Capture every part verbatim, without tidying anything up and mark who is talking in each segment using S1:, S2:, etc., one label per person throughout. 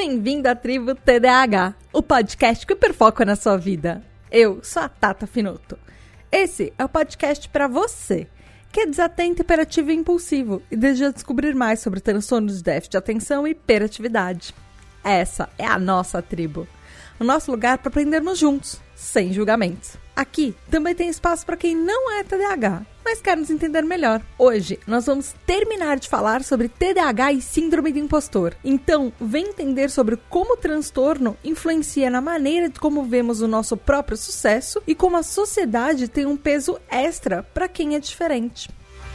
S1: Bem-vindo à Tribo T D A H, o podcast que hiperfoca na sua vida. Eu sou a Tata Finoto. Esse é o podcast para você, que é desatento, hiperativo e impulsivo e deseja descobrir mais sobre transtornos de déficit de atenção e hiperatividade. Essa é a nossa tribo, o nosso lugar para aprendermos juntos, sem julgamentos. Aqui também tem espaço para quem não é T D A H, mas quer nos entender melhor. Hoje nós vamos terminar de falar sobre T D A H e Síndrome do Impostor. Então, vem entender sobre como o transtorno influencia na maneira de como vemos o nosso próprio sucesso e como a sociedade tem um peso extra para quem é diferente.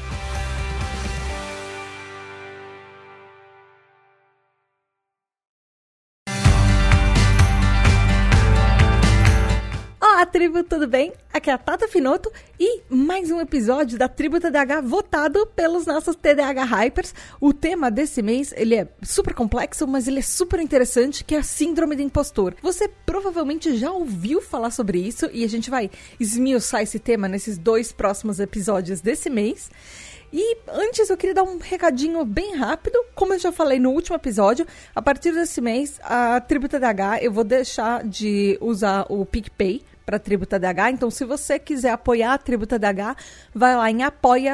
S1: Olá, tribo, tudo bem? Aqui é a Tata Finoto e mais um episódio da Tribo T D A H votado pelos nossos T D A H Hypers. O tema desse mês, ele é super complexo, mas ele é super interessante, que é a Síndrome do Impostor. Você provavelmente já ouviu falar sobre isso e a gente vai esmiuçar esse tema nesses dois próximos episódios desse mês. E antes eu queria dar um recadinho bem rápido. Como eu já falei no último episódio, a partir desse mês, a Tribo T D A H, eu vou deixar de usar o PicPay para a Tribo T D A H. Então, se você quiser apoiar a Tribo T D A H, vai lá em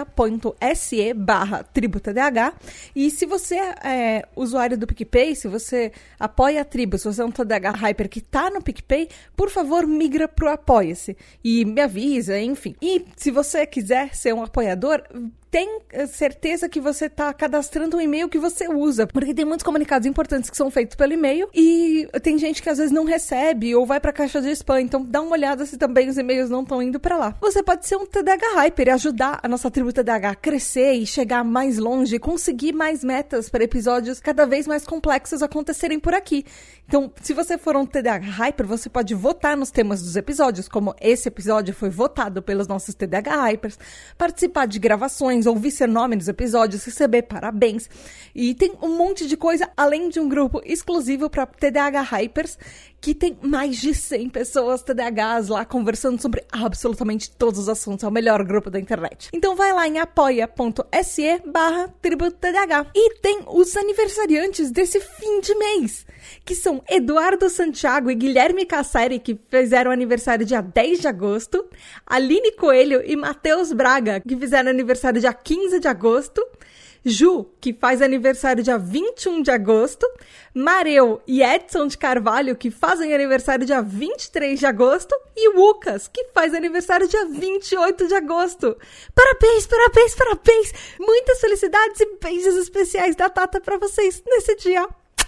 S1: apoia.se barra Tribo T D A H. E se você é usuário do PicPay, se você apoia a Tribo, se você é um T D A H Hyper que tá no PicPay, por favor, migra pro Apoia-se e me avisa, enfim. E se você quiser ser um apoiador, tem certeza que você está cadastrando um e-mail que você usa, porque tem muitos comunicados importantes que são feitos pelo e-mail e tem gente que às vezes não recebe ou vai para a caixa de spam, então dá uma olhada se também os e-mails não estão indo para lá. Você pode ser um T D A H Hyper e ajudar a nossa tribo T D A H a crescer e chegar mais longe, conseguir mais metas para episódios cada vez mais complexos acontecerem por aqui. Então, se você for um T D A H Hyper, você pode votar nos temas dos episódios, como esse episódio foi votado pelos nossos T D A H Hypers, participar de gravações, ouvir seu nome nos episódios, receber parabéns. E tem um monte de coisa, além de um grupo exclusivo para T D A H Hypers, que tem mais de cem pessoas T D A Hs lá conversando sobre absolutamente todos os assuntos. É o melhor grupo da internet. Então vai lá em apoia.se barra Tribo T D A H. E tem os aniversariantes desse fim de mês, que são Eduardo Santiago e Guilherme Casseri, que fizeram aniversário dia dez de agosto, Aline Coelho e Matheus Braga, que fizeram aniversário dia quinze de agosto, Ju, que faz aniversário dia vinte e um de agosto, Mareu e Edson de Carvalho, que fazem aniversário dia vinte e três de agosto, e Lucas, que faz aniversário dia vinte e oito de agosto. Parabéns, parabéns, parabéns! Muitas felicidades e beijos especiais da Tata pra vocês nesse dia.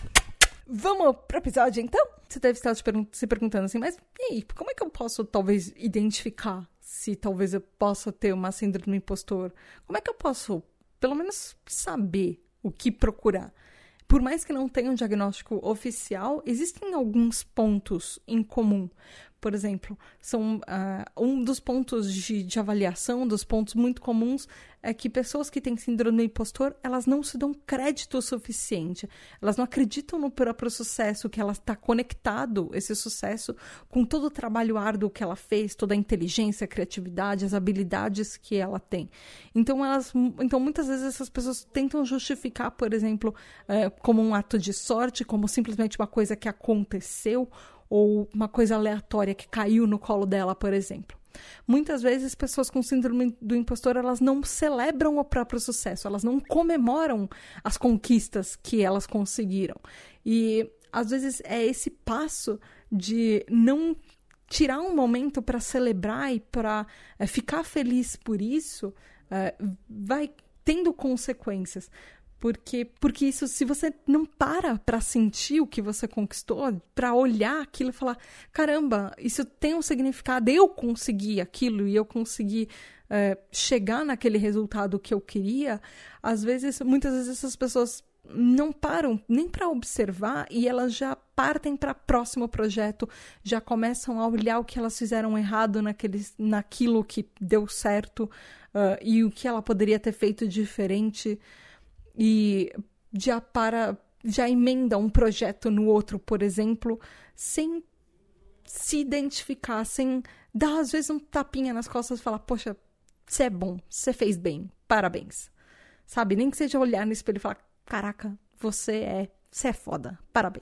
S1: Vamos pro episódio, então? Você deve estar se perguntando assim, mas e aí, como é que eu posso, talvez, identificar se talvez eu possa ter uma síndrome do impostor? Como é que eu posso, pelo menos, saber o que procurar? Por mais que não tenha um diagnóstico oficial, existem alguns pontos em comum. Por exemplo, são, uh, um dos pontos de, de avaliação, dos pontos muito comuns, é que pessoas que têm síndrome do impostor, elas não se dão crédito suficiente. Elas não acreditam no próprio sucesso, que ela está conectado, esse sucesso, com todo o trabalho árduo que ela fez, toda a inteligência, a criatividade, as habilidades que ela tem. Então, elas, então muitas vezes essas pessoas tentam justificar, por exemplo, uh, como um ato de sorte, como simplesmente uma coisa que aconteceu, ou uma coisa aleatória que caiu no colo dela, por exemplo. Muitas vezes, pessoas com síndrome do impostor, elas não celebram o próprio sucesso, elas não comemoram as conquistas que elas conseguiram. E, às vezes, é esse passo de não tirar um momento para celebrar e para é, ficar feliz por isso, é, vai tendo consequências. Porque, porque isso, se você não para para sentir o que você conquistou, para olhar aquilo e falar, caramba, isso tem um significado, eu consegui aquilo e eu consegui é, chegar naquele resultado que eu queria, às vezes, muitas vezes essas pessoas não param nem para observar e elas já partem para o próximo projeto, já começam a olhar o que elas fizeram errado naquele, naquilo que deu certo uh, e o que ela poderia ter feito diferente. E já para, já emenda um projeto no outro, por exemplo, sem se identificar, sem dar, às vezes, um tapinha nas costas e falar, poxa, você é bom, você fez bem, parabéns. Sabe, nem que seja olhar no espelho e falar, caraca, você é, você é foda, parabéns.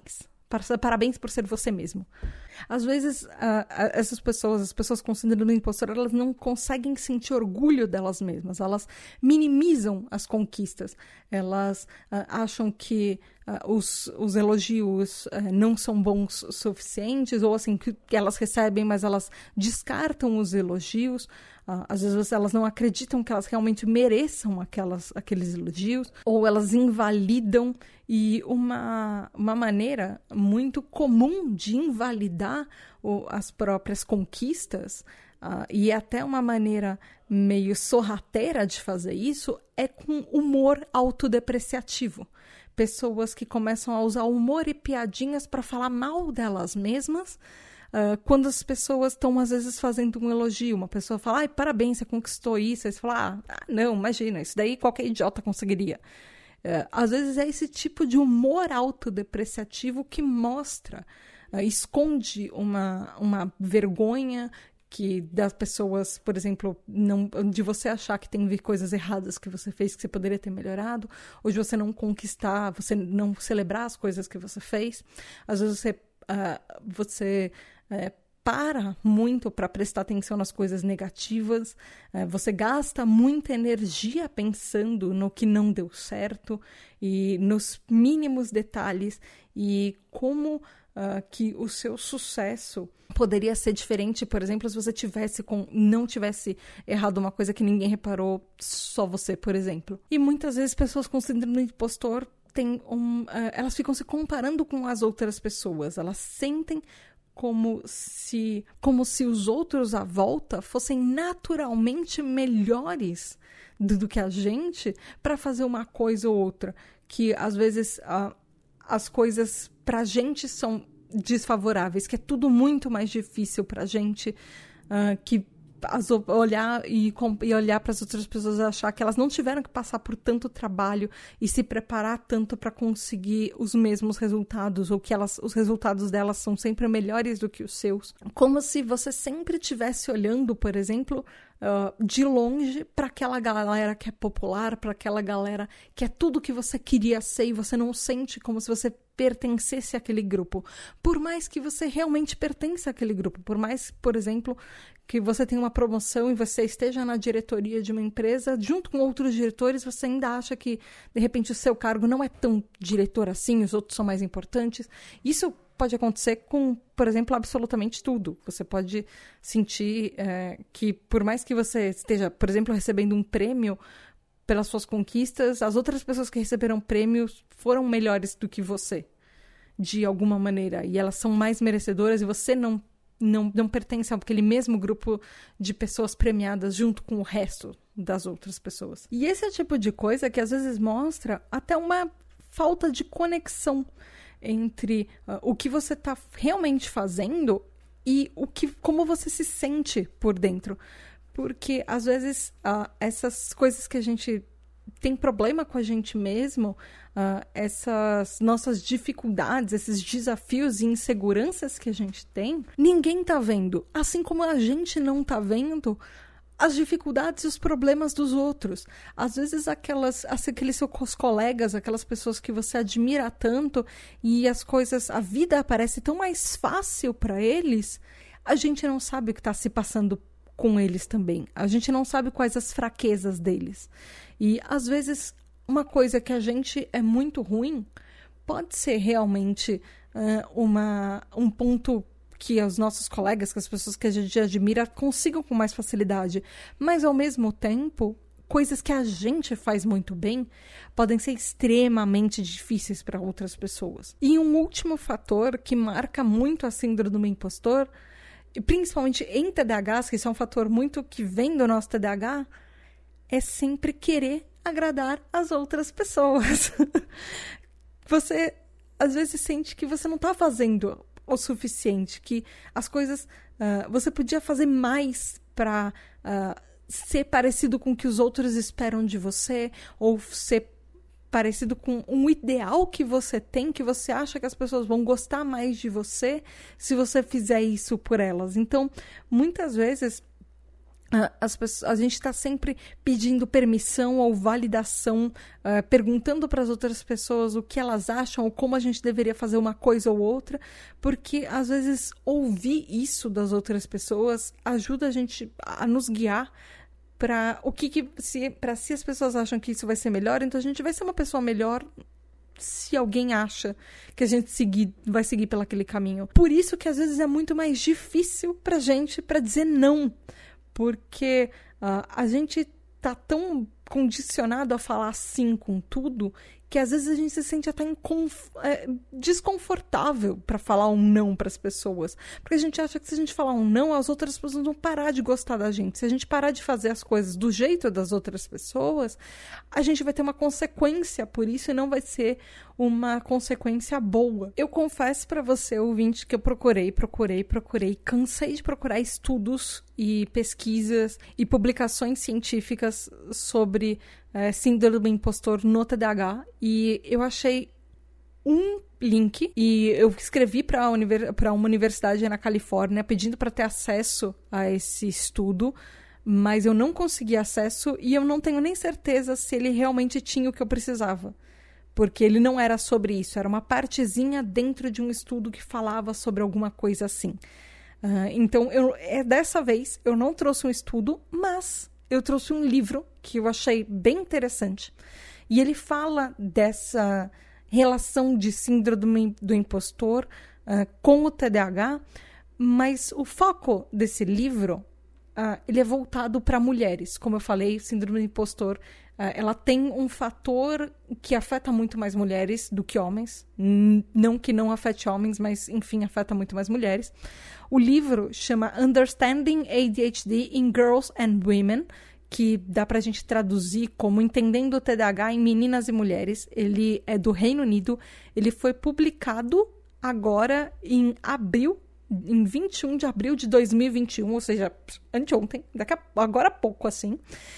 S1: Parabéns por ser você mesmo. Às vezes, uh, essas pessoas, as pessoas com síndrome do impostor, elas não conseguem sentir orgulho delas mesmas. Elas minimizam as conquistas. Elas uh, acham que uh, os, os elogios uh, não são bons o suficientes, ou assim, que, que elas recebem, mas elas descartam os elogios. Uh, às vezes elas não acreditam que elas realmente mereçam aquelas, aqueles elogios, ou elas invalidam. E uma, uma maneira muito comum de invalidar o, as próprias conquistas, uh, e até uma maneira meio sorrateira de fazer isso, é com humor autodepreciativo. Pessoas que começam a usar humor e piadinhas para falar mal delas mesmas. Uh, quando as pessoas estão, às vezes, fazendo um elogio, uma pessoa fala, ai, parabéns, você conquistou isso. Aí você fala, ah, não, imagina, isso daí qualquer idiota conseguiria. Uh, às vezes é esse tipo de humor autodepreciativo que mostra, uh, esconde uma, uma vergonha que das pessoas, por exemplo, não, de você achar que tem coisas erradas que você fez, que você poderia ter melhorado, ou de você não conquistar, você não celebrar as coisas que você fez. Às vezes você... Uh, você uh, para muito para prestar atenção nas coisas negativas, uh, você gasta muita energia pensando no que não deu certo e nos mínimos detalhes e como uh, que o seu sucesso poderia ser diferente, por exemplo, se você tivesse com, não tivesse errado uma coisa que ninguém reparou, só você, por exemplo. E muitas vezes pessoas com síndrome do impostor Tem um, uh, elas ficam se comparando com as outras pessoas. Elas sentem como se, como se os outros à volta fossem naturalmente melhores do, do que a gente para fazer uma coisa ou outra. Que às vezes uh, as coisas pra gente são desfavoráveis, que é tudo muito mais difícil pra gente, uh, que As, olhar e, e olhar para as outras pessoas e achar que elas não tiveram que passar por tanto trabalho e se preparar tanto para conseguir os mesmos resultados, ou que elas, os resultados delas são sempre melhores do que os seus. Como se você sempre estivesse olhando, por exemplo, uh, de longe para aquela galera que é popular, para aquela galera que é tudo que você queria ser, e você não sente como se você pertencesse àquele grupo. Por mais que você realmente pertença àquele grupo, por mais, por exemplo, que você tenha uma promoção e você esteja na diretoria de uma empresa, junto com outros diretores, você ainda acha que, de repente, o seu cargo não é tão diretor assim, os outros são mais importantes. Isso pode acontecer com, por exemplo, absolutamente tudo. Você pode sentir é, que, por mais que você esteja, por exemplo, recebendo um prêmio pelas suas conquistas, as outras pessoas que receberam prêmios foram melhores do que você, de alguma maneira, e elas são mais merecedoras e você não, não, não pertence àquele mesmo grupo de pessoas premiadas junto com o resto das outras pessoas. E esse é o tipo de coisa que às vezes mostra até uma falta de conexão entre uh, o que você está realmente fazendo e o que, como você se sente por dentro. Porque, às vezes, uh, essas coisas que a gente tem problema com a gente mesmo, uh, essas nossas dificuldades, esses desafios e inseguranças que a gente tem, ninguém tá vendo. Assim como a gente não tá vendo as dificuldades e os problemas dos outros. Às vezes, aquelas, aqueles seus colegas, aquelas pessoas que você admira tanto e as coisas, a vida parece tão mais fácil para eles, a gente não sabe o que está se passando com eles também. A gente não sabe quais as fraquezas deles. E, às vezes, uma coisa que a gente é muito ruim pode ser realmente uh, uma, um ponto que os nossos colegas, que as pessoas que a gente admira, consigam com mais facilidade. Mas, ao mesmo tempo, coisas que a gente faz muito bem podem ser extremamente difíceis para outras pessoas. E um último fator que marca muito a síndrome do impostor, e principalmente em T D A Hs, que isso é um fator muito que vem do nosso T D A H, é sempre querer agradar as outras pessoas. Você, às vezes, sente que você não está fazendo o suficiente, que as coisas... Uh, você podia fazer mais para uh, ser parecido com o que os outros esperam de você, ou ser parecido com um ideal que você tem, que você acha que as pessoas vão gostar mais de você se você fizer isso por elas. Então, muitas vezes, As pessoas, a gente está sempre pedindo permissão ou validação, uh, perguntando para as outras pessoas o que elas acham ou como a gente deveria fazer uma coisa ou outra, porque às vezes ouvir isso das outras pessoas ajuda a gente a nos guiar para o que, que se, para se as pessoas acham que isso vai ser melhor, então a gente vai ser uma pessoa melhor se alguém acha que a gente seguir, vai seguir pelo aquele caminho. Por isso que às vezes é muito mais difícil pra gente para dizer não. Porque uh, a gente tá tão condicionado a falar sim com tudo que às vezes a gente se sente até inconf- é, desconfortável para falar um não para as pessoas. Porque a gente acha que se a gente falar um não, as outras pessoas vão parar de gostar da gente. Se a gente parar de fazer as coisas do jeito das outras pessoas, a gente vai ter uma consequência por isso e não vai ser uma consequência boa. Eu confesso para você, ouvinte, que eu procurei, procurei, procurei, cansei de procurar estudos e pesquisas e publicações científicas sobre é, síndrome do impostor no T D A H e eu achei um link e eu escrevi para univers- para uma universidade na Califórnia pedindo para ter acesso a esse estudo, mas eu não consegui acesso e eu não tenho nem certeza se ele realmente tinha o que eu precisava. Porque ele não era sobre isso, era uma partezinha dentro de um estudo que falava sobre alguma coisa assim. Uh, então, eu, é, dessa vez, eu não trouxe um estudo, mas eu trouxe um livro que eu achei bem interessante. E ele fala dessa relação de síndrome do impostor uh, com o T D A H, mas o foco desse livro, uh, ele é voltado para mulheres. Como eu falei, síndrome do impostor, uh, ela tem um fator que afeta muito mais mulheres do que homens. N- não que não afete homens, mas, enfim, afeta muito mais mulheres. O livro chama Understanding A D H D in Girls and Women, que dá pra gente traduzir como Entendendo o T D A H em Meninas e Mulheres. Ele é do Reino Unido. Ele foi publicado agora em abril, em vinte e um de abril de dois mil e vinte e um, ou seja, anteontem, daqui a, agora há pouco, assim.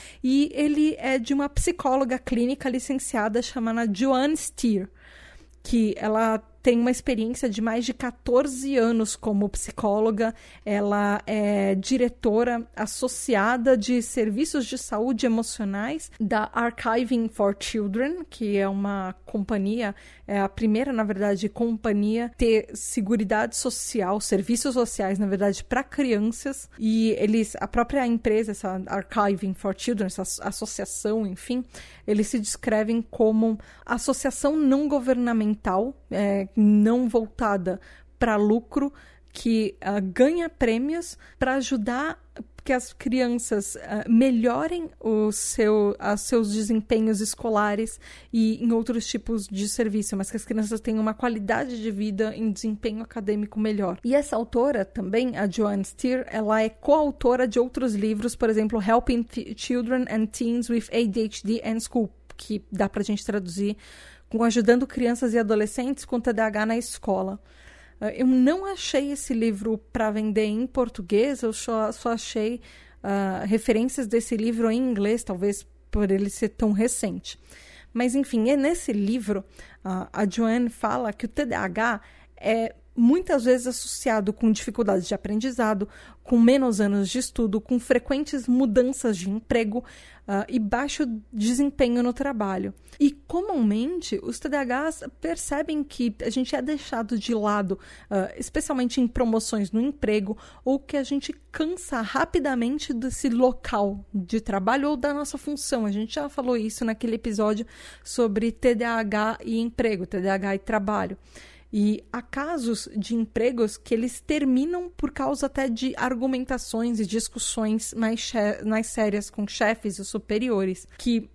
S1: E ele é de uma psicóloga clínica licenciada chamada Joanne Steer, que ela tem uma experiência de mais de catorze anos como psicóloga. Ela é diretora associada de serviços de saúde emocionais da Archiving for Children, que é uma companhia, é a primeira, na verdade, companhia ter seguridade social, serviços sociais, na verdade, para crianças. E eles, a própria empresa, essa Archiving for Children, essa associação, enfim, eles se descrevem como associação não governamental, é, não voltada para lucro, que uh, ganha prêmios para ajudar que as crianças uh, melhorem o seu, os seus desempenhos escolares e em outros tipos de serviço, mas que as crianças tenham uma qualidade de vida em desempenho acadêmico melhor. E essa autora também, a Joanne Steer, ela é coautora de outros livros, por exemplo, Helping T- Children and Teens with A D H D and School, que dá pra gente traduzir com ajudando crianças e adolescentes com T D A H na escola. Eu não achei esse livro para vender em português, eu só, só achei uh, referências desse livro em inglês, talvez por ele ser tão recente. Mas, enfim, é nesse livro, uh, a Joanne fala que o T D A H é muitas vezes associado com dificuldades de aprendizado, com menos anos de estudo, com frequentes mudanças de emprego uh, e baixo desempenho no trabalho. E, comumente, os T D A Hs percebem que a gente é deixado de lado, uh, especialmente em promoções no emprego, ou que a gente cansa rapidamente desse local de trabalho ou da nossa função. A gente já falou isso naquele episódio sobre T D A H e emprego, T D A H e trabalho. E há casos de empregos que eles terminam por causa até de argumentações e discussões mais, che- mais sérias com chefes e superiores, que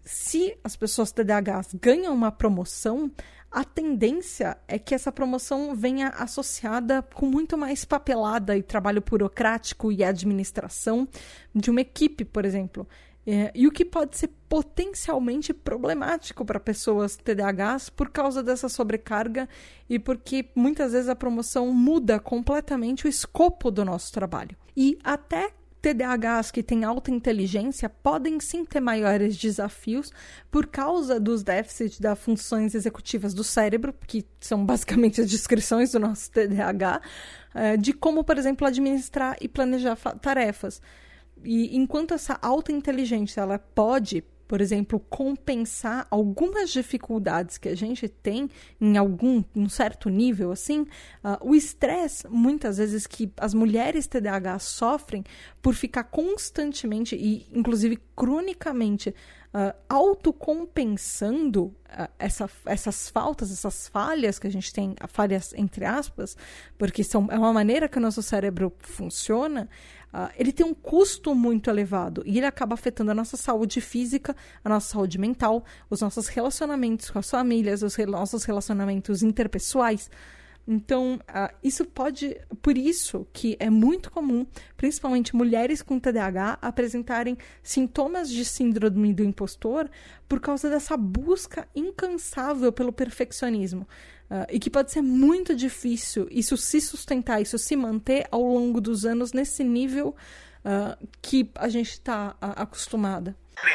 S1: se as pessoas T D A Hs ganham uma promoção, a tendência é que essa promoção venha associada com muito mais papelada e trabalho burocrático e administração de uma equipe, por exemplo. É, e o que pode ser potencialmente problemático para pessoas T D A Hs por causa dessa sobrecarga e porque muitas vezes a promoção muda completamente o escopo do nosso trabalho. E até T D A Hs que têm alta inteligência podem sim ter maiores desafios por causa dos déficits das funções executivas do cérebro, que são basicamente as descrições do nosso T D A H, de como, por exemplo, administrar e planejar tarefas. E enquanto essa alta inteligência ela pode, por exemplo, compensar algumas dificuldades que a gente tem em algum um certo nível, assim, uh, o estresse, muitas vezes, que as mulheres T D A H sofrem por ficar constantemente e, inclusive, cronicamente uh, autocompensando uh, essa, essas faltas, essas falhas que a gente tem, falhas entre aspas, porque são, é uma maneira que o nosso cérebro funciona. Uh, ele tem um custo muito elevado e ele acaba afetando a nossa saúde física, a nossa saúde mental, os nossos relacionamentos com as famílias, os re- nossos relacionamentos interpessoais. Então, uh, isso pode... Por isso que é muito comum, principalmente mulheres com T D A H, apresentarem sintomas de síndrome do impostor por causa dessa busca incansável pelo perfeccionismo. Uh, e que pode ser muito difícil isso se sustentar, isso se manter ao longo dos anos nesse nível uh, que a gente está uh, acostumada.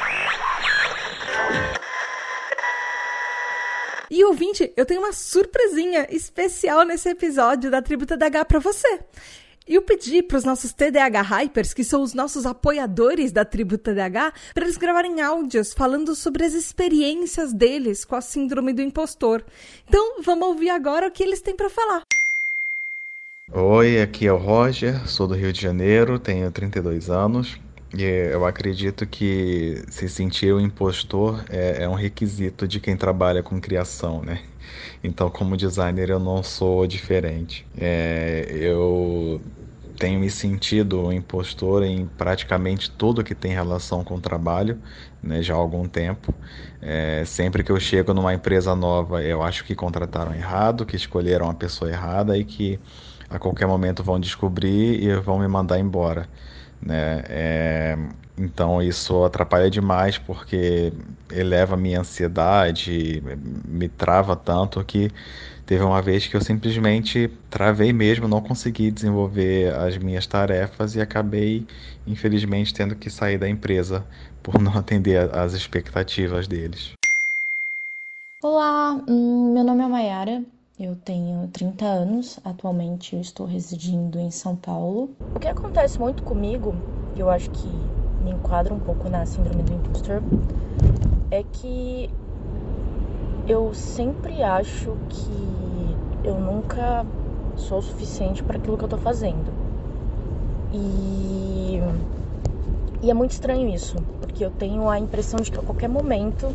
S1: E ouvinte, eu tenho uma surpresinha especial nesse episódio da Tribo T D A H para você. Eu pedi para os nossos T D A H Hypers, que são os nossos apoiadores da Tribo T D A H, para eles gravarem áudios falando sobre as experiências deles com a síndrome do impostor. Então, vamos ouvir agora o que eles têm para falar.
S2: Oi, aqui é o Roger, sou do Rio de Janeiro, tenho trinta e dois anos. E eu acredito que se sentir o impostor é, é um requisito de quem trabalha com criação, né? Então, como designer, eu não sou diferente. É, eu tenho me sentido um impostor em praticamente tudo que tem relação com o trabalho, né, já há algum tempo. É, sempre que eu chego numa empresa nova, eu acho que contrataram errado, que escolheram a pessoa errada e que a qualquer momento vão descobrir e vão me mandar embora. Né? É, então isso atrapalha demais porque eleva a minha ansiedade, me trava tanto que teve uma vez que eu simplesmente travei mesmo, não consegui desenvolver as minhas tarefas e acabei, infelizmente, tendo que sair da empresa por não atender às expectativas deles.
S3: Olá, meu nome é Mayara. Eu tenho trinta anos, atualmente eu estou residindo em São Paulo. O que acontece muito comigo, e eu acho que me enquadra um pouco na síndrome do impostor, é que eu sempre acho que eu nunca sou o suficiente para aquilo que eu estou fazendo. E... e é muito estranho isso, porque eu tenho a impressão de que a qualquer momento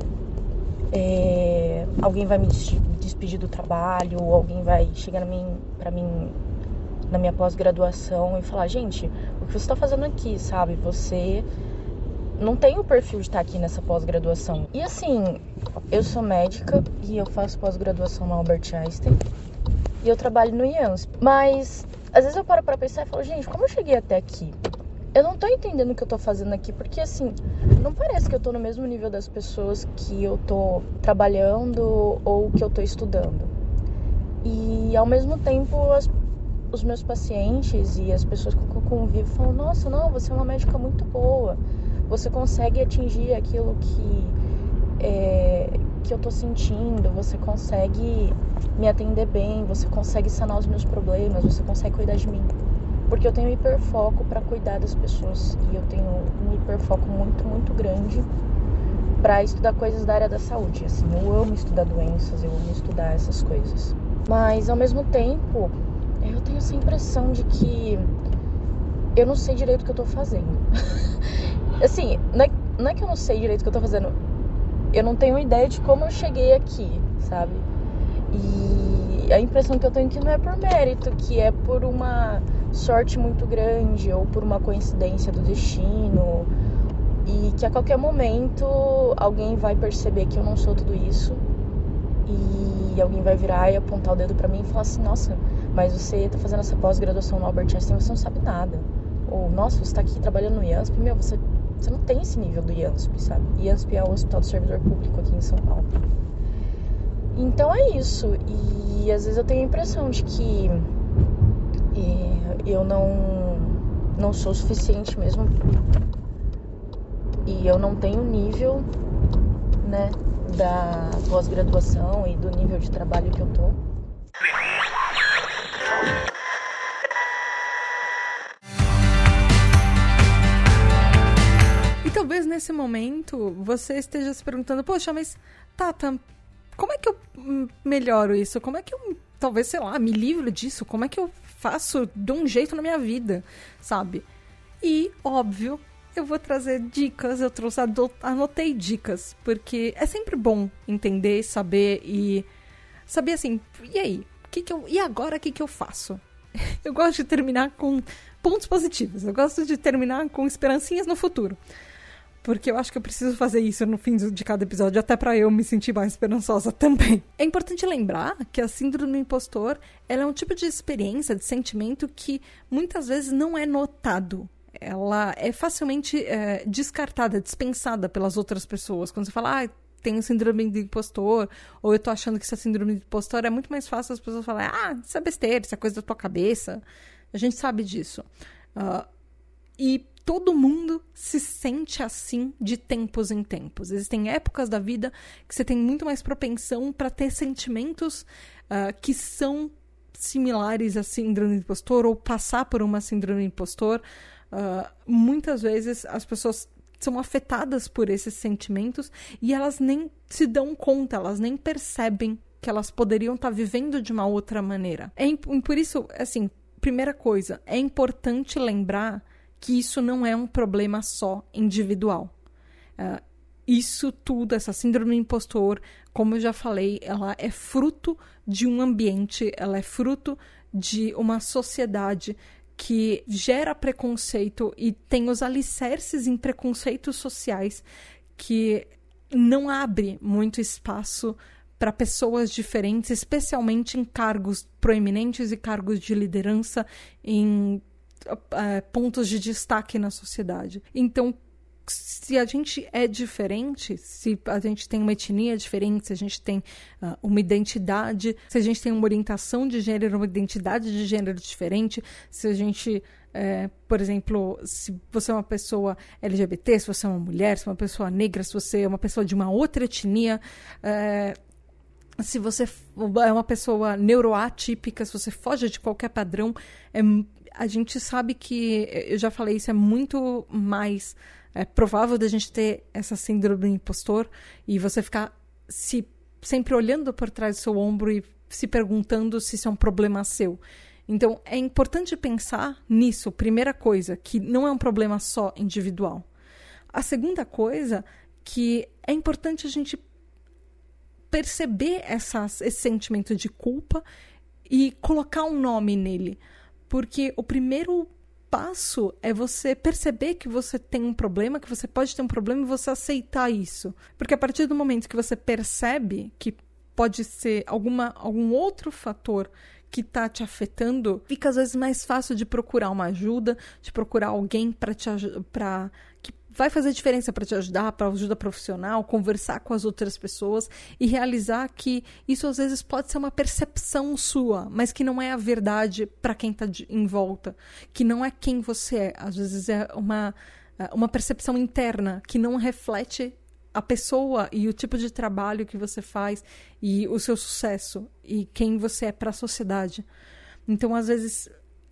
S3: é... alguém vai me despedir do trabalho, ou alguém vai chegar mim, pra mim na minha pós-graduação e falar, gente, o que você tá fazendo aqui, sabe? Você não tem o perfil de estar aqui nessa pós-graduação. E assim, eu sou médica e eu faço pós-graduação na Albert Einstein e eu trabalho no IANSP. Mas às vezes eu paro pra pensar e falo, gente, como eu cheguei até aqui? Eu não tô entendendo o que eu tô fazendo aqui, porque assim, não parece que eu tô no mesmo nível das pessoas que eu tô trabalhando ou que eu tô estudando. E ao mesmo tempo, as, os meus pacientes e as pessoas com que eu convivo falam, nossa, não, você é uma médica muito boa, você consegue atingir aquilo que, é, que eu tô sentindo, você consegue me atender bem, você consegue sanar os meus problemas, você consegue cuidar de mim. Porque eu tenho um hiperfoco para cuidar das pessoas e eu tenho um hiperfoco muito, muito grande para estudar coisas da área da saúde. Assim, eu amo estudar doenças, eu amo estudar essas coisas. Mas, ao mesmo tempo, eu tenho essa impressão de que eu não sei direito o que eu tô fazendo. Assim, não é, não é que eu não sei direito o que eu tô fazendo, eu não tenho ideia de como eu cheguei aqui, sabe? E a impressão que eu tenho é que não é por mérito, que é por uma sorte muito grande ou por uma coincidência do destino e que a qualquer momento alguém vai perceber que eu não sou tudo isso e alguém vai virar e apontar o dedo pra mim e falar assim, nossa, mas você tá fazendo essa pós-graduação no Albert Einstein, você não sabe nada. Ou, nossa, você tá aqui trabalhando no IANSP, meu, você, você não tem esse nível do IANSP, sabe? IANSP é o Hospital do Servidor Público aqui em São Paulo. Então é isso, e às vezes eu tenho a impressão de que eu não, não sou suficiente mesmo e eu não tenho nível, né, da pós-graduação e do nível de trabalho que eu tô.
S1: talvez nesse momento você esteja se perguntando, poxa, mas Tata, como é que eu melhoro isso? Como é que eu, talvez, sei lá, me livro disso? Como é que eu faço de um jeito na minha vida, sabe? E, óbvio, eu vou trazer dicas, eu trouxe, anotei dicas, porque é sempre bom entender, saber e saber assim, e aí? Que que eu, e agora o que, que eu faço? Eu gosto de terminar com pontos positivos, eu gosto de terminar com esperancinhas no futuro. Porque eu acho que eu preciso fazer isso no fim de cada episódio, até pra eu me sentir mais esperançosa também. É importante lembrar que a síndrome do impostor, ela é um tipo de experiência, de sentimento que muitas vezes não é notado. Ela é facilmente é, descartada, dispensada pelas outras pessoas. Quando você fala, ah, tenho síndrome do impostor, ou eu tô achando que isso é síndrome do impostor, é muito mais fácil as pessoas falarem, ah, isso é besteira, isso é coisa da tua cabeça. A gente sabe disso. Uh, e todo mundo se sente assim de tempos em tempos. Existem épocas da vida que você tem muito mais propensão para ter sentimentos uh, que são similares à síndrome do impostor ou passar por uma síndrome do impostor. Uh, muitas vezes as pessoas são afetadas por esses sentimentos e elas nem se dão conta, elas nem percebem que elas poderiam estar vivendo de uma outra maneira. É, por isso, assim, primeira coisa, é importante lembrar que isso não é um problema só individual. Uh, isso tudo, essa síndrome do impostor, como eu já falei, ela é fruto de um ambiente, ela é fruto de uma sociedade que gera preconceito e tem os alicerces em preconceitos sociais que não abre muito espaço para pessoas diferentes, especialmente em cargos proeminentes e cargos de liderança, em Uh, pontos de destaque na sociedade. Então, se a gente é diferente, se a gente tem uma etnia diferente, se a gente tem uh, uma identidade, se a gente tem uma orientação de gênero, uma identidade de gênero diferente, se a gente, é, por exemplo, se você é uma pessoa L G B T, se você é uma mulher, se você é uma pessoa negra, se você é uma pessoa de uma outra etnia, é, se você é uma pessoa neuroatípica, se você foge de qualquer padrão, é, a gente sabe que, eu já falei, isso é muito mais é, provável da gente ter essa síndrome do impostor e você ficar se, sempre olhando por trás do seu ombro e se perguntando se isso é um problema seu. Então, é importante pensar nisso, primeira coisa, que não é um problema só individual. A segunda coisa, que é importante a gente perceber essa, esse sentimento de culpa e colocar um nome nele. Porque o primeiro passo é você perceber que você tem um problema, que você pode ter um problema e você aceitar isso. Porque a partir do momento que você percebe que pode ser alguma, algum outro fator que está te afetando, fica às vezes mais fácil de procurar uma ajuda, de procurar alguém para te ajudar, que vai fazer diferença para te ajudar, para ajuda profissional, conversar com as outras pessoas e realizar que isso às vezes pode ser uma percepção sua, mas que não é a verdade para quem está em volta, que não é quem você é. Às vezes é uma, uma percepção interna que não reflete a pessoa e o tipo de trabalho que você faz e o seu sucesso e quem você é para a sociedade. Então, às vezes,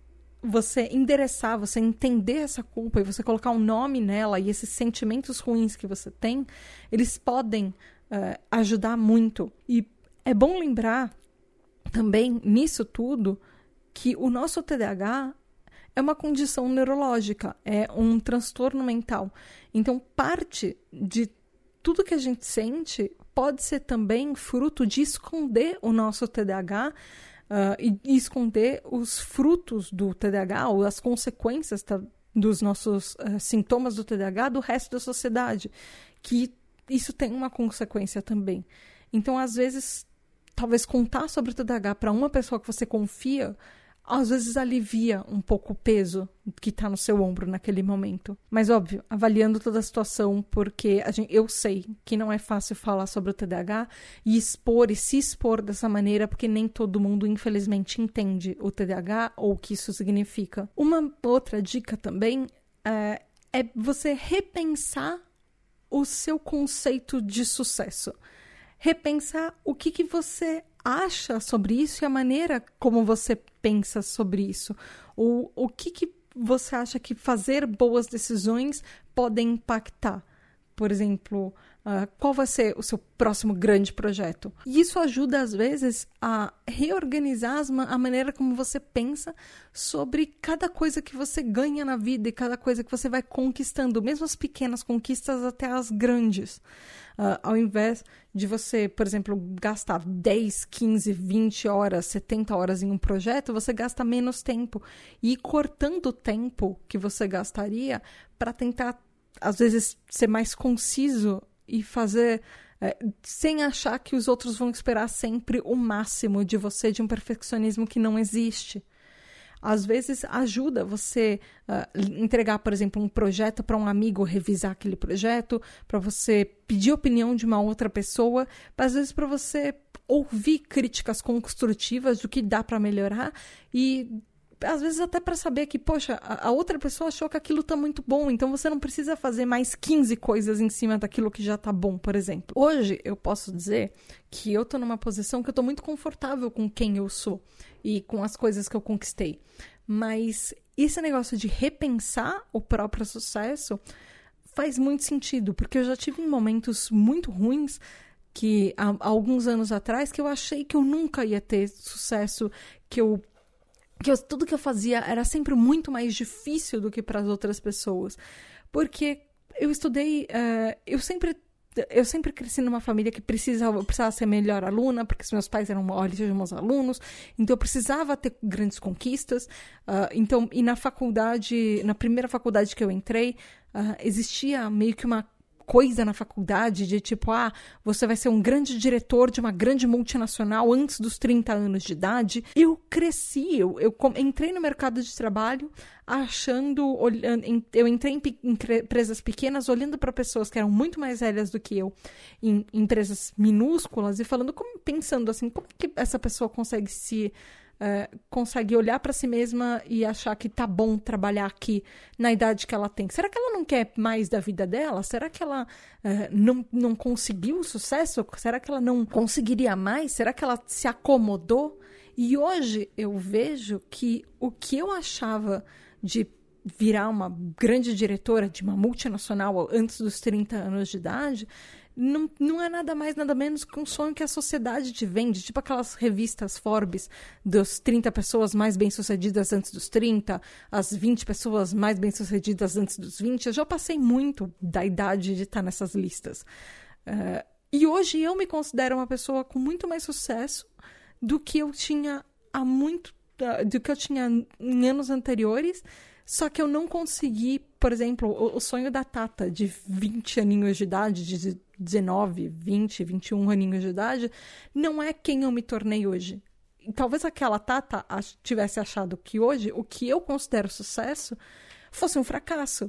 S1: você endereçar, você entender essa culpa e você colocar um nome nela e esses sentimentos ruins que você tem, eles podem uh, ajudar muito. E é bom lembrar também, nisso tudo, que o nosso T D A H é uma condição neurológica, é um transtorno mental. Então, parte de tudo que a gente sente pode ser também fruto de esconder o nosso T D A H uh, e, e esconder os frutos do T D A H ou as consequências tá, dos nossos uh, sintomas do T D A H do resto da sociedade, que isso tem uma consequência também. Então, às vezes, talvez contar sobre o T D A H para uma pessoa que você confia, às vezes alivia um pouco o peso que está no seu ombro naquele momento. Mas, óbvio, avaliando toda a situação, porque a gente, eu sei que não é fácil falar sobre o T D A H e expor e se expor dessa maneira, porque nem todo mundo, infelizmente, entende o T D A H ou o que isso significa. Uma outra dica também é, é você repensar o seu conceito de sucesso. Repensar o que, que você acha sobre isso e a maneira como você pensa sobre isso. O, o que, que você acha que fazer boas decisões podem impactar. Por exemplo, uh, qual vai ser o seu próximo grande projeto? E isso ajuda, às vezes, a reorganizar as ma- a maneira como você pensa sobre cada coisa que você ganha na vida e cada coisa que você vai conquistando, mesmo as pequenas conquistas até as grandes. Uh, ao invés de você, por exemplo, gastar dez, quinze, vinte horas, setenta horas em um projeto, você gasta menos tempo. E ir cortando o tempo que você gastaria para tentar, às vezes, ser mais conciso e fazer é, sem achar que os outros vão esperar sempre o máximo de você, de um perfeccionismo que não existe. Às vezes ajuda você uh, entregar, por exemplo, um projeto para um amigo, revisar aquele projeto, para você pedir opinião de uma outra pessoa, às vezes para você ouvir críticas construtivas do que dá para melhorar e às vezes até para saber que, poxa, a, a outra pessoa achou que aquilo tá muito bom, então você não precisa fazer mais quinze coisas em cima daquilo que já tá bom, por exemplo. Hoje eu posso dizer que eu tô numa posição que eu tô muito confortável com quem eu sou e com as coisas que eu conquistei. Mas esse negócio de repensar o próprio sucesso faz muito sentido, porque eu já tive momentos muito ruins que há, há alguns anos atrás que eu achei que eu nunca ia ter sucesso, que eu que eu, tudo que eu fazia era sempre muito mais difícil do que para as outras pessoas. Porque eu estudei, uh, eu sempre eu sempre cresci numa família que precisava, eu precisava ser melhor aluna, porque os meus pais eram ótimos alunos, então eu precisava ter grandes conquistas. Uh, então, e na faculdade, na primeira faculdade que eu entrei, uh, existia meio que uma coisa na faculdade de tipo, ah, você vai ser um grande diretor de uma grande multinacional antes dos trinta anos de idade. Eu cresci, eu, eu entrei no mercado de trabalho achando, olhando, eu entrei em, em empresas pequenas olhando para pessoas que eram muito mais velhas do que eu, em, em empresas minúsculas e falando, como, pensando assim, como que essa pessoa consegue se... Uh, consegue olhar para si mesma e achar que tá bom trabalhar aqui na idade que ela tem. Será que ela não quer mais da vida dela? Será que ela uh, não, não conseguiu o sucesso? Será que ela não conseguiria mais? Será que ela se acomodou? E hoje eu vejo que o que eu achava de virar uma grande diretora de uma multinacional antes dos trinta anos de idade... Não, não é nada mais, nada menos que um sonho que a sociedade te vende, tipo aquelas revistas Forbes das trinta pessoas mais bem-sucedidas antes dos trinta, as vinte pessoas mais bem-sucedidas antes dos vinte. Eu já passei muito da idade de estar nessas listas. Uh, e hoje eu me considero uma pessoa com muito mais sucesso do que eu tinha há muito, uh, do que eu tinha em anos anteriores. Só que eu não consegui, por exemplo, o, o sonho da Tata, de vinte aninhos de idade, de dezenove, vinte, vinte e um aninhos de idade, não é quem eu me tornei hoje. E talvez aquela Tata tivesse achado que hoje o que eu considero sucesso fosse um fracasso.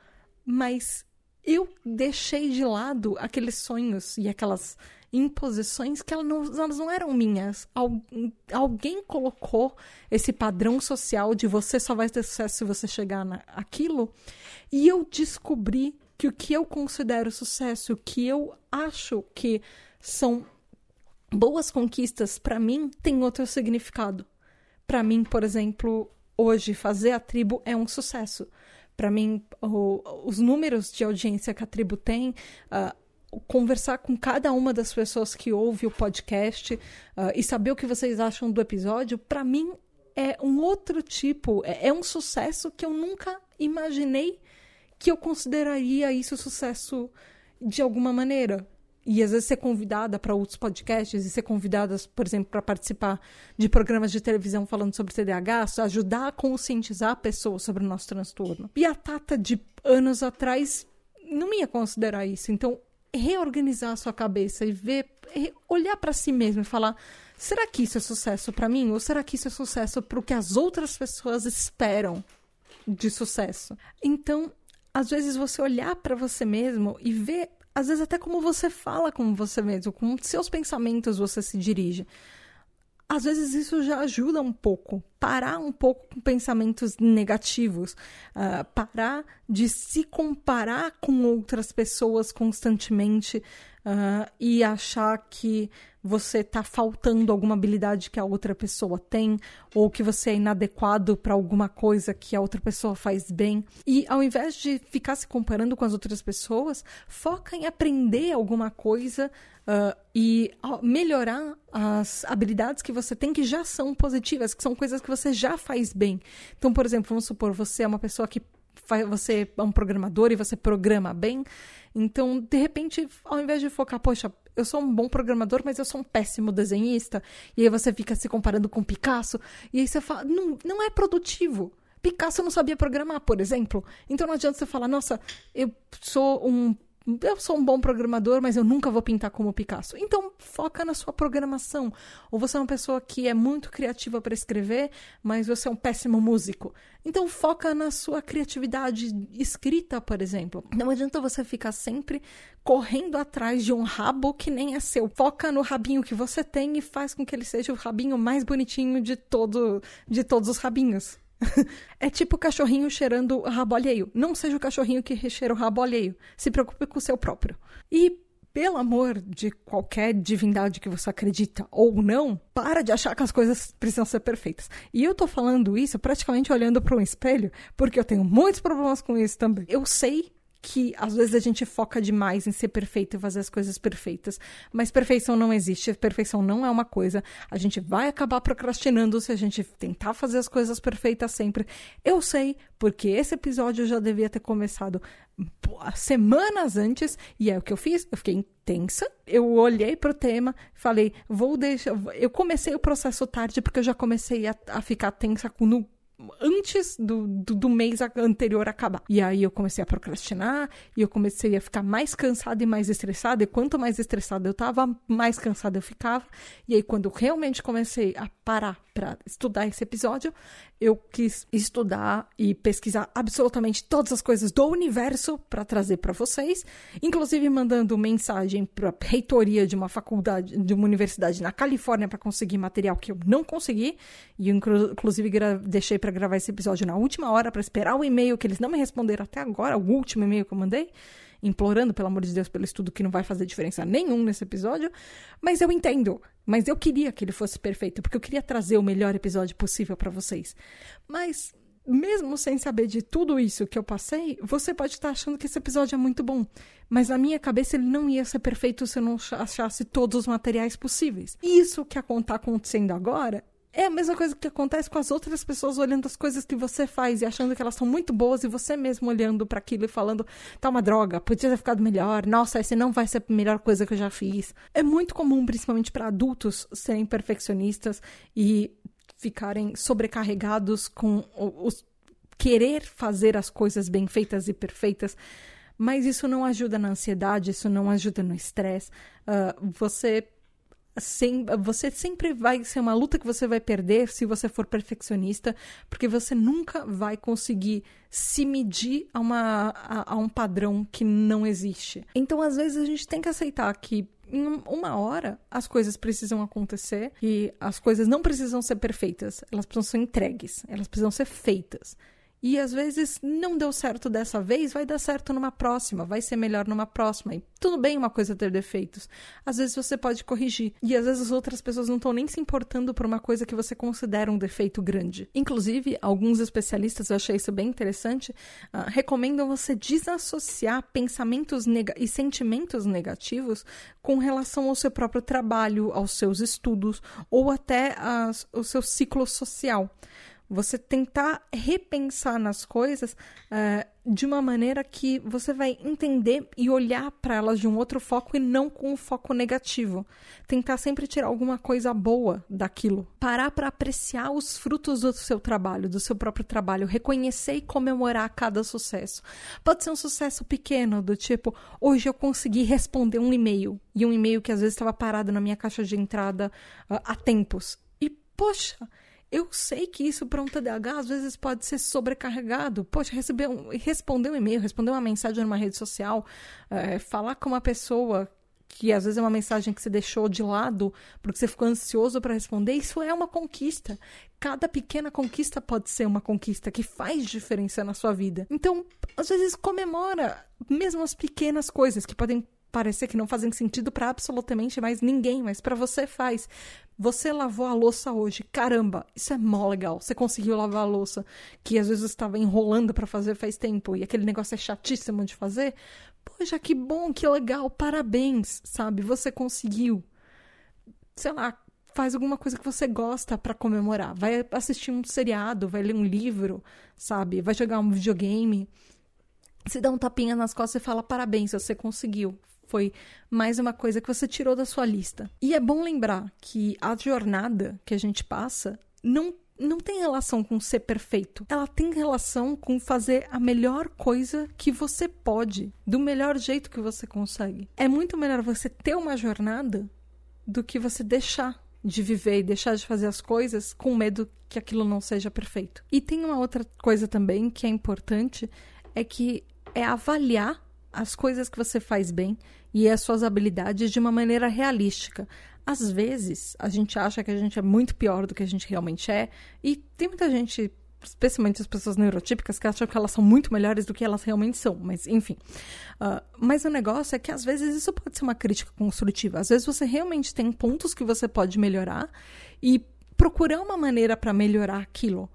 S1: Mas eu deixei de lado aqueles sonhos e aquelas imposições que elas não, elas não eram minhas. Al, alguém colocou esse padrão social de você só vai ter sucesso se você chegar naquilo. E eu descobri que o que eu considero sucesso, o que eu acho que são boas conquistas, para mim, tem outro significado. Para mim, por exemplo, hoje fazer a tribo é um sucesso. Para mim, o, os números de audiência que a tribo tem... Uh, conversar com cada uma das pessoas que ouve o podcast uh, e saber o que vocês acham do episódio, para mim é um outro tipo, é, é um sucesso que eu nunca imaginei que eu consideraria isso sucesso de alguma maneira. E às vezes ser convidada para outros podcasts e ser convidada, por exemplo, para participar de programas de televisão falando sobre T D A H, ajudar a conscientizar a pessoa sobre o nosso transtorno. E a Tata de anos atrás não ia considerar isso, então reorganizar a sua cabeça e ver, olhar para si mesmo e falar, será que isso é sucesso para mim? Ou será que isso é sucesso para o que as outras pessoas esperam de sucesso? Então, às vezes você olhar para você mesmo e ver, às vezes até como você fala com você mesmo, com seus pensamentos você se dirige. Às vezes isso já ajuda um pouco, parar um pouco com pensamentos negativos, uh, parar de se comparar com outras pessoas constantemente, uh, e achar que você tá faltando alguma habilidade que a outra pessoa tem, ou que você é inadequado para alguma coisa que a outra pessoa faz bem. E ao invés de ficar se comparando com as outras pessoas, foca em aprender alguma coisa uh, e melhorar as habilidades que você tem que já são positivas, que são coisas que você já faz bem. Então, por exemplo, vamos supor, você é uma pessoa que você é um programador e você programa bem. Então, de repente, ao invés de focar, poxa, eu sou um bom programador, mas eu sou um péssimo desenhista. E aí você fica se comparando com Picasso. E aí você fala, não, não é produtivo. Picasso não sabia programar, por exemplo. Então não adianta você falar, nossa, eu sou um eu sou um bom programador, mas eu nunca vou pintar como Picasso. Então, foca na sua programação. Ou você é uma pessoa que é muito criativa para escrever, mas você é um péssimo músico. Então, foca na sua criatividade escrita, por exemplo. Não adianta você ficar sempre correndo atrás de um rabo que nem é seu. Foca no rabinho que você tem e faz com que ele seja o rabinho mais bonitinho de, todo, de todos os rabinhos. É tipo o cachorrinho cheirando o rabo alheio. Não seja o cachorrinho que cheira o rabo alheio. Se preocupe com o seu próprio. E, pelo amor de qualquer divindade que você acredita ou não, para de achar que as coisas precisam ser perfeitas. E eu tô falando isso praticamente olhando para um espelho, porque eu tenho muitos problemas com isso também. Eu sei que às vezes a gente foca demais em ser perfeito e fazer as coisas perfeitas, mas perfeição não existe, perfeição não é uma coisa, a gente vai acabar procrastinando se a gente tentar fazer as coisas perfeitas sempre. Eu sei, porque esse episódio já devia ter começado semanas antes, e é o que eu fiz, eu fiquei tensa, eu olhei pro tema, falei, vou deixar, eu comecei o processo tarde, porque eu já comecei a, a ficar tensa com no antes do, do, do mês anterior acabar. E aí eu comecei a procrastinar, e eu comecei a ficar mais cansada e mais estressada, e quanto mais estressada eu tava, mais cansada eu ficava. E aí quando eu realmente comecei a parar para estudar esse episódio, eu quis estudar e pesquisar absolutamente todas as coisas do universo para trazer para vocês, inclusive mandando mensagem para a reitoria de uma faculdade, de uma universidade na Califórnia para conseguir material que eu não consegui, e eu inclusive deixei para gravar esse episódio na última hora para esperar o e-mail que eles não me responderam até agora, o último e-mail que eu mandei, implorando, pelo amor de Deus, pelo estudo que não vai fazer diferença nenhum nesse episódio, mas eu entendo, mas eu queria que ele fosse perfeito, porque eu queria trazer o melhor episódio possível para vocês. Mas, mesmo sem saber de tudo isso que eu passei, você pode estar achando que esse episódio é muito bom, mas na minha cabeça ele não ia ser perfeito se eu não achasse todos os materiais possíveis. E isso que está acontecendo agora é a mesma coisa que acontece com as outras pessoas olhando as coisas que você faz e achando que elas são muito boas, e você mesmo olhando para aquilo e falando, tá uma droga, podia ter ficado melhor, nossa, esse não vai ser a melhor coisa que eu já fiz. É muito comum, principalmente para adultos, serem perfeccionistas e ficarem sobrecarregados com os querer fazer as coisas bem feitas e perfeitas, mas isso não ajuda na ansiedade, isso não ajuda no estresse. Uh, você Sem, você sempre vai ser uma luta que você vai perder se você for perfeccionista, porque você nunca vai conseguir se medir a, uma, a, a um padrão que não existe. Então, às vezes, a gente tem que aceitar que em uma hora as coisas precisam acontecer e as coisas não precisam ser perfeitas, elas precisam ser entregues, elas precisam ser feitas. E às vezes não deu certo dessa vez, vai dar certo numa próxima, vai ser melhor numa próxima. E tudo bem uma coisa ter defeitos. Às vezes você pode corrigir. E às vezes as outras pessoas não estão nem se importando por uma coisa que você considera um defeito grande. Inclusive, alguns especialistas, eu achei isso bem interessante, uh, recomendam você desassociar pensamentos neg- e sentimentos negativos com relação ao seu próprio trabalho, aos seus estudos ou até as, ao seu ciclo social. Você tentar repensar nas coisas uh, de uma maneira que você vai entender e olhar para elas de um outro foco e não com um foco negativo. Tentar sempre tirar alguma coisa boa daquilo. Parar para apreciar os frutos do seu trabalho, do seu próprio trabalho. Reconhecer e comemorar cada sucesso. Pode ser um sucesso pequeno, do tipo, hoje eu consegui responder um e-mail. E um e-mail que às vezes estava parado na minha caixa de entrada uh, há tempos. E, poxa... Eu sei que isso para um T D A H às vezes pode ser sobrecarregado. Poxa, receber um, responder um e-mail, responder uma mensagem numa rede social, é, falar com uma pessoa que às vezes é uma mensagem que você deixou de lado porque você ficou ansioso para responder, isso é uma conquista. Cada pequena conquista pode ser uma conquista que faz diferença na sua vida. Então, às vezes comemora mesmo as pequenas coisas que podem parecer que não fazem sentido para absolutamente mais ninguém, mas para você faz. Você lavou a louça hoje, caramba, isso é mó legal. Você conseguiu lavar a louça que às vezes você estava enrolando para fazer faz tempo e aquele negócio é chatíssimo de fazer. Poxa, que bom, que legal, parabéns, sabe? Você conseguiu. Sei lá, faz alguma coisa que você gosta para comemorar. Vai assistir um seriado, vai ler um livro, sabe? Vai jogar um videogame. Se dá um tapinha nas costas e fala parabéns, você conseguiu. Foi mais uma coisa que você tirou da sua lista. E é bom lembrar que a jornada que a gente passa não, não tem relação com ser perfeito. Ela tem relação com fazer a melhor coisa que você pode, do melhor jeito que você consegue. É muito melhor você ter uma jornada do que você deixar de viver e deixar de fazer as coisas com medo que aquilo não seja perfeito. E tem uma outra coisa também que é importante, é que é avaliar as coisas que você faz bem e as suas habilidades de uma maneira realística. Às vezes, a gente acha que a gente é muito pior do que a gente realmente é, e tem muita gente, especialmente as pessoas neurotípicas, que acham que elas são muito melhores do que elas realmente são, mas enfim. Uh, mas o negócio é que às vezes isso pode ser uma crítica construtiva. Às vezes você realmente tem pontos que você pode melhorar e procurar uma maneira para melhorar aquilo,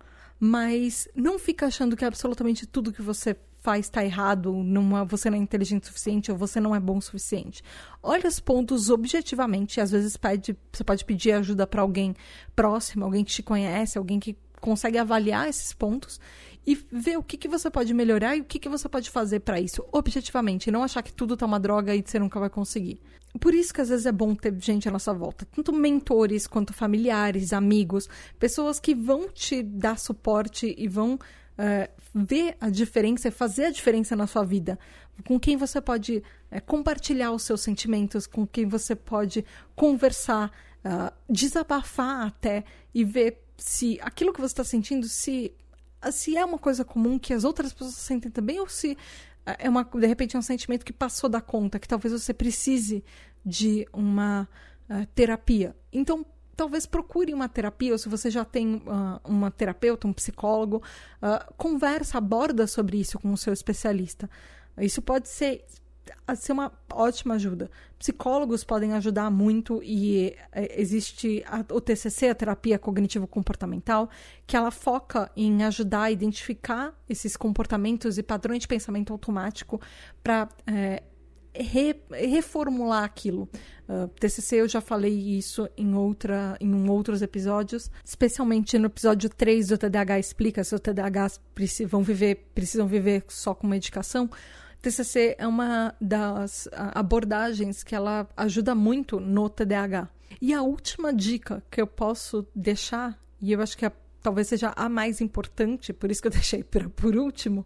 S1: mas não fica achando que absolutamente tudo que você faz está errado, não, você não é inteligente o suficiente ou você não é bom o suficiente. Olha os pontos objetivamente, às vezes pede, você pode pedir ajuda para alguém próximo, alguém que te conhece, alguém que consegue avaliar esses pontos e ver o que, que você pode melhorar e o que, que você pode fazer para isso, objetivamente, e não achar que tudo tá uma droga e você nunca vai conseguir. Por isso que às vezes é bom ter gente à nossa volta, tanto mentores quanto familiares, amigos, pessoas que vão te dar suporte e vão Uh, ver a diferença, fazer a diferença na sua vida, com quem você pode uh, compartilhar os seus sentimentos, com quem você pode conversar, uh, desabafar até e ver se aquilo que você está sentindo, se, se é uma coisa comum que as outras pessoas sentem também, ou se uh, é uma, de repente é um sentimento que passou da conta, que talvez você precise de uma uh, terapia. Então, talvez procure uma terapia, ou se você já tem uh, uma terapeuta, um psicólogo, uh, conversa, aborda sobre isso com o seu especialista. Isso pode ser, ser uma ótima ajuda. Psicólogos podem ajudar muito e é, existe a, o T C C, a terapia cognitivo-comportamental, que ela foca em ajudar a identificar esses comportamentos e padrões de pensamento automático para é, Re, reformular aquilo. Uh, T C C eu já falei isso em, outra, em um outros episódios, especialmente no episódio três do T D A H Explica, se o T D A H precisam, vão viver, precisam viver só com medicação. T C C é uma das abordagens que ela ajuda muito no T D A H. E a última dica que eu posso deixar, e eu acho que a, talvez seja a mais importante, por isso que eu deixei por, por último,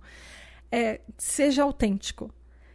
S1: é seja autêntico.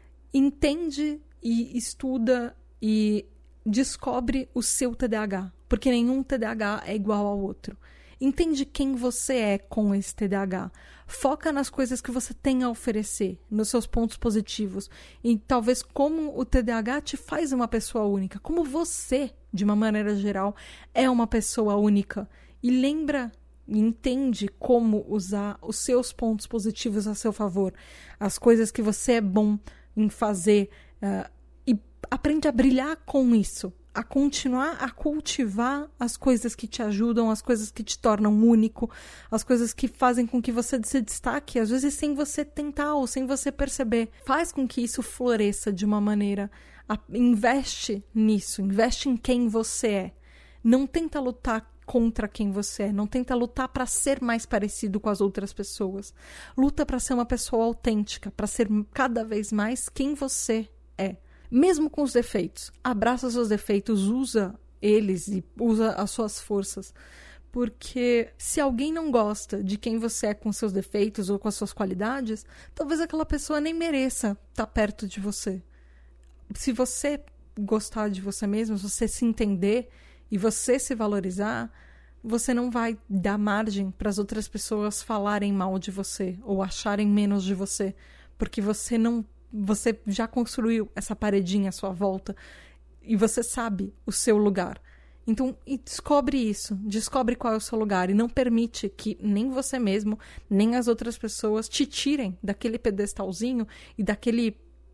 S1: Entende e estuda e descobre o seu T D A H, porque nenhum T D A H é igual ao outro. Entende quem você é com esse T D A H. Foca nas coisas que você tem a oferecer, nos seus pontos positivos. E talvez como o T D A H te faz uma pessoa única. Como você, de uma maneira geral, é uma pessoa única. E lembra e entende como usar os seus pontos positivos a seu favor. As coisas que você é bom em fazer, uh, e aprende a brilhar com isso, a continuar a cultivar as coisas que te ajudam, as coisas que te tornam único, as coisas que fazem com que você se destaque, às vezes sem você tentar ou sem você perceber. Faz com que isso floresça de uma maneira, a, investe nisso, investe em quem você é. Não tenta lutar contra quem você é, não tenta lutar para ser mais parecido com as outras pessoas. Luta para ser uma pessoa autêntica, para ser cada vez mais quem você é. Mesmo com os defeitos, abraça os seus defeitos, usa eles e usa as suas forças. Porque se alguém não gosta de quem você é com seus defeitos ou com as suas qualidades, talvez aquela pessoa nem mereça estar perto de você. Se você gostar de você mesmo, se você se entender e você se valorizar, você não vai dar margem para as outras pessoas falarem mal de você ou acharem menos de você, porque você não, você já construiu essa paredinha à sua volta e você sabe o seu lugar. Então, e descobre isso, descobre qual é o seu lugar e não permite que nem você mesmo, nem as outras pessoas te tirem daquele pedestalzinho e daquele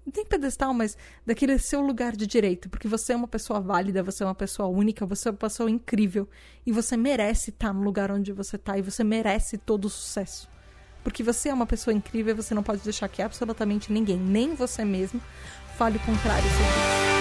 S1: nem pedestal, mas daquele seu lugar de direito, porque você é uma pessoa válida, você é uma pessoa única, você é uma pessoa incrível, e você merece estar no lugar onde você tá, e você merece todo o sucesso. Porque você é uma pessoa incrível e você não pode deixar que absolutamente ninguém, nem você mesmo, fale o contrário sobre isso.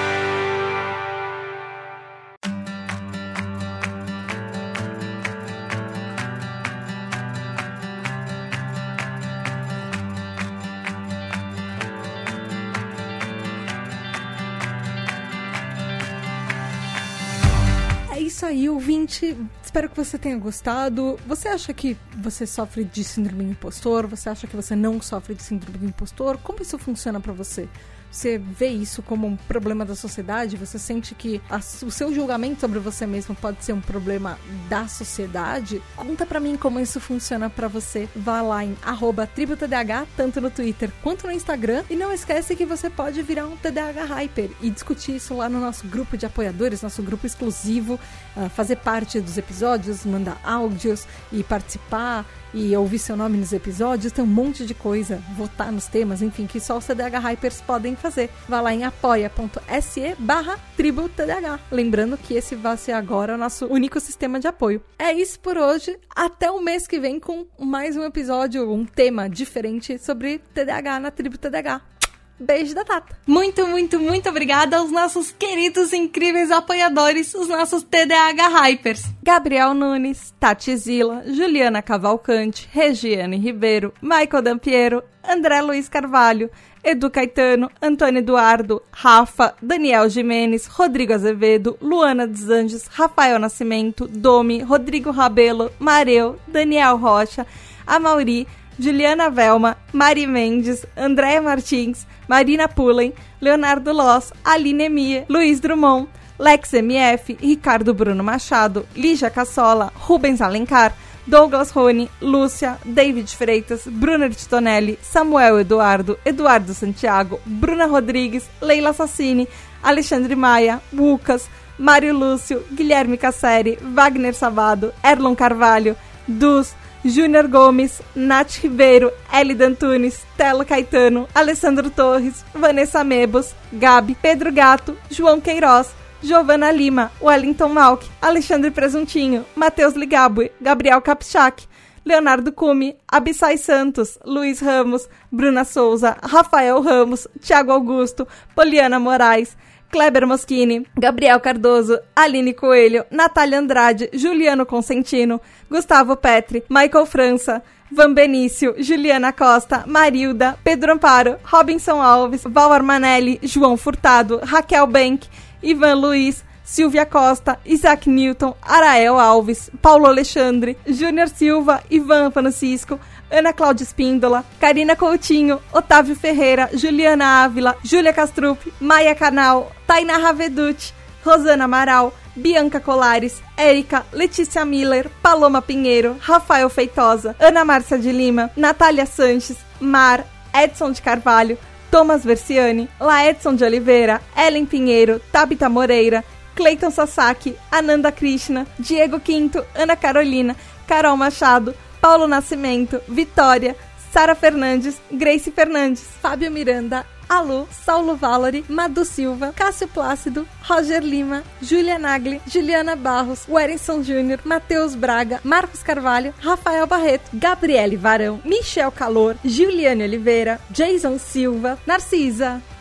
S1: É isso aí, ouvinte. Espero que você tenha gostado. Você acha que você sofre de síndrome do impostor? Você acha que você não sofre de síndrome do impostor? Como isso funciona pra você? Você vê isso como um problema da sociedade? Você sente que a, o seu julgamento sobre você mesmo pode ser um problema da sociedade? Conta pra mim como isso funciona pra você. Vá lá em arroba tribo T D A H, tanto no Twitter quanto no Instagram. E não esquece que você pode virar um T D A H Hyper e discutir isso lá no nosso grupo de apoiadores, nosso grupo exclusivo, uh, fazer parte dos episódios, mandar áudios e participar e ouvir seu nome nos episódios. Tem um monte de coisa, votar nos temas, enfim, que só os T D A H Hypers podem fazer. Vá lá em apoia.se barra tribo T D A H. Lembrando que esse vai ser agora o nosso único sistema de apoio. É isso por hoje. Até o mês que vem com mais um episódio, um tema diferente sobre T D A H na tribo T D A H. Beijo da Tata. Muito, muito, muito obrigada aos nossos queridos, incríveis apoiadores, os nossos T D A H Hypers. Gabriel Nunes, Tati Zila, Juliana Cavalcante, Regiane Ribeiro, Michael Dampiero, André Luiz Carvalho, Edu Caetano, Antônio Eduardo, Rafa, Daniel Jimenez, Rodrigo Azevedo, Luana dos Anjos, Rafael Nascimento, Domi, Rodrigo Rabelo, Mareu, Daniel Rocha, Amauri, Juliana Velma, Mari Mendes, Andréia Martins, Marina Pullen, Leonardo Loss, Aline Emia, Luiz Drummond, Lex M F, Ricardo Bruno Machado, Lígia Cassola, Rubens Alencar, Douglas Rony, Lúcia, David Freitas, Bruna Titonelli, Samuel Eduardo, Eduardo Santiago, Bruna Rodrigues, Leila Sassini, Alexandre Maia, Lucas, Mário Lúcio, Guilherme Casseri, Wagner Sabado, Erlon Carvalho, Dus, Júnior Gomes, Nath Ribeiro, Elida Antunes, Telo Caetano, Alessandro Torres, Vanessa Mebos, Gabi, Pedro Gato, João Queiroz, Giovana Lima, Wellington Malk, Alexandre Presuntinho, Matheus Ligabue, Gabriel Kapchak, Leonardo Cume, Abissai Santos, Luiz Ramos, Bruna Souza, Rafael Ramos, Thiago Augusto, Poliana Moraes, Kleber Moschini, Gabriel Cardoso, Aline Coelho, Natália Andrade, Juliano Consentino, Gustavo Petri, Michael França, Van Benício, Juliana Costa, Marilda, Pedro Amparo, Robinson Alves, Val Armanelli, João Furtado, Raquel Bank, Ivan Luiz, Silvia Costa, Isaac Newton, Arael Alves, Paulo Alexandre, Júnior Silva, Ivan Francisco, Ana Cláudia Espíndola, Karina Coutinho, Otávio Ferreira, Juliana Ávila, Júlia Castrup, Maia Canal, Tainá Raveduti, Rosana Amaral, Bianca Colares, Érica, Letícia Miller, Paloma Pinheiro, Rafael Feitosa, Ana Márcia de Lima, Natália Sanches, Mar, Edson de Carvalho, Thomas Versiani, Laedson de Oliveira, Ellen Pinheiro, Tabita Moreira, Cleiton Sasaki, Ananda Krishna, Diego Quinto, Ana Carolina, Carol Machado, Paulo Nascimento, Vitória, Sara Fernandes, Grace Fernandes, Fábio Miranda, Alu, Saulo Valori, Madu Silva, Cássio Plácido, Roger Lima, Júlia Nagli, Juliana Barros, Wellington Júnior, Matheus Braga, Marcos Carvalho, Rafael Barreto, Gabriele Varão, Michel Calor, Juliane Oliveira, Jason Silva, Narcisa,